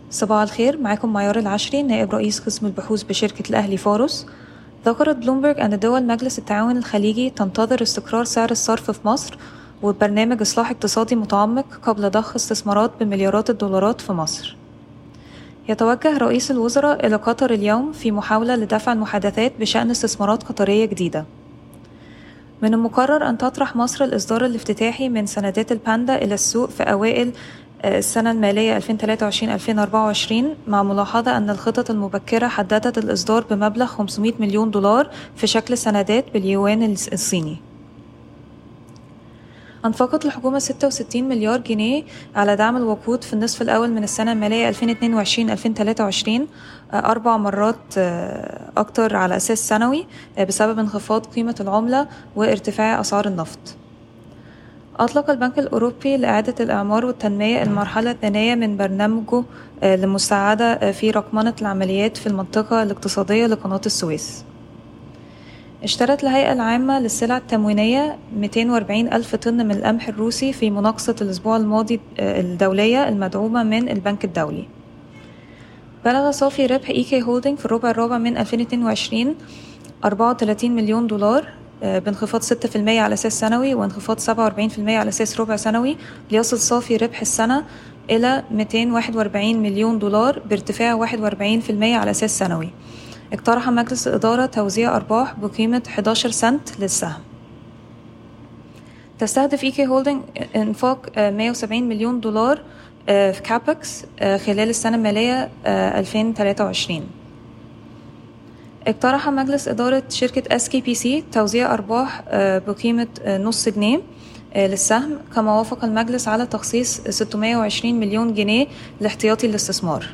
صباح الخير، معاكم معيار العشري نائب رئيس قسم البحوث بشركة الأهلي فارس. ذكرت بلومبرج أن دول مجلس التعاون الخليجي تنتظر استقرار سعر الصرف في مصر وبرنامج إصلاح اقتصادي متعمق قبل ضخ استثمارات بمليارات الدولارات في مصر. يتوجه رئيس الوزراء إلى قطر اليوم في محاولة لدفع المحادثات بشأن استثمارات قطرية جديدة. من المقرر أن تطرح مصر الإصدار الافتتاحي من سندات الباندا إلى السوق في أوائل السنة المالية 2023-2024 مع ملاحظة أن الخطط المبكرة حددت الإصدار بمبلغ 500 مليون دولار في شكل سندات باليوان الصيني. أنفقت الحكومة 66 مليار جنيه على دعم الوقود في النصف الأول من السنة المالية 2022-2023، 4 مرات أكتر على أساس سنوي بسبب انخفاض قيمة العملة وارتفاع أسعار النفط. أطلق البنك الأوروبي لإعادة الإعمار والتنمية المرحلة الثانية من برنامجه للمساعدة في رقمنة العمليات في المنطقة الاقتصادية لقناة السويس. اشترت الهيئة العامة للسلع التموينية 240 ألف طن من القمح الروسي في مناقصة الأسبوع الماضي الدولية المدعومة من البنك الدولي. بلغ صافي ربح إيكي هولدينج في الربع الرابع من 2022 34 مليون دولار بانخفاض 6% على أساس سنوي وانخفاض 47% على أساس ربع سنوي، ليصل صافي ربح السنة إلى 241 مليون دولار بارتفاع 41% على أساس سنوي. اقترح مجلس الإدارة توزيع أرباح بقيمة 11 سنت للسهم. تستهدف إيكي هولدينج إنفاق 170 مليون دولار في كابكس خلال السنة المالية 2023. اقترح مجلس إدارة شركة SKPC توزيع أرباح بقيمة نص جنيه للسهم، كما وافق المجلس على تخصيص 620 مليون جنيه لاحتياطي الاستثمار.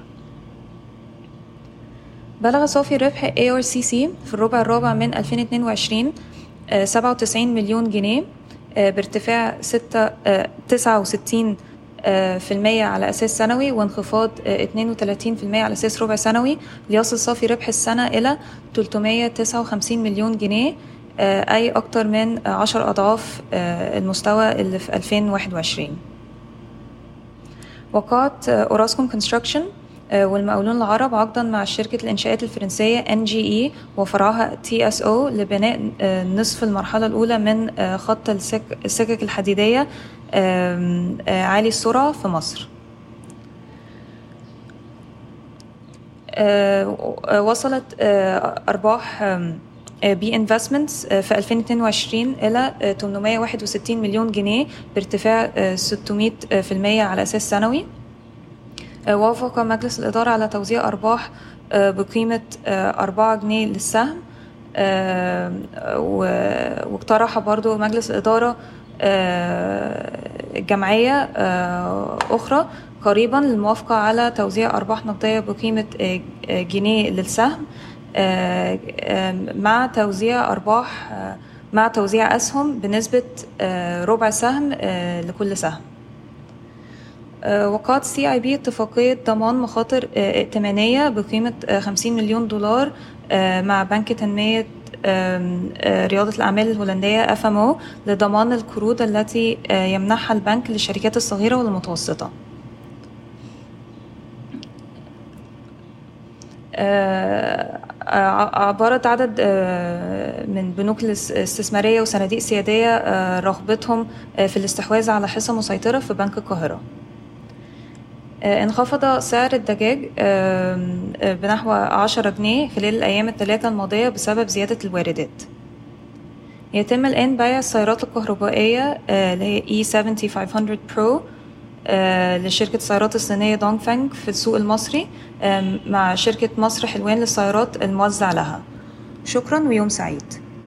بلغ صافي ربح ARCC في الربع الرابع من 2022 97 مليون جنيه بارتفاع 69% على أساس سنوي وانخفاض 32% على أساس ربع سنوي، ليصل صافي ربح السنة إلى 359 مليون جنيه، أي أكتر من 10 أضعاف المستوى اللي في 2021. وقعت أوراسكوم كونستراكشن والمقاولون العرب عقدا مع شركة الإنشاءات الفرنسية NGE وفرعها TSO لبناء نصف المرحلة الأولى من خط السكك الحديدية عالي السرعة في مصر. وصلت أرباح بي انفستمنتس في 2022 إلى 861 مليون جنيه بارتفاع 600% على أساس سنوي. وافق مجلس الإدارة على توزيع أرباح بقيمة 4 جنيه للسهم. واقترح برضو مجلس الإدارة جمعية أخرى قريبا للموافقة على توزيع أرباح نقدية بقيمة جنيه للسهم مع توزيع أسهم بنسبة ربع سهم لكل سهم. وقعت CIB اتفاقية ضمان مخاطر ائتمانية بقيمة 50 مليون دولار مع بنك تنمية رياضة الأعمال الهولندية FMO لضمان القروض التي يمنحها البنك للشركات الصغيرة والمتوسطة. عبارة عدد من بنوك الاستثمارية وصناديق سيادية رغبتهم في الاستحواذ على حصة مسيطرة في بنك القاهرة. انخفض سعر الدجاج بنحو 10 جنيه خلال الأيام الثلاثة الماضية بسبب زيادة الواردات. يتم الآن بيع السيارات الكهربائية اللي هي E7500 Pro لشركة السيارات الصينية دونغ فانج في السوق المصري مع شركة مصر حلوان للسيارات الموزع لها. شكرا ويوم سعيد.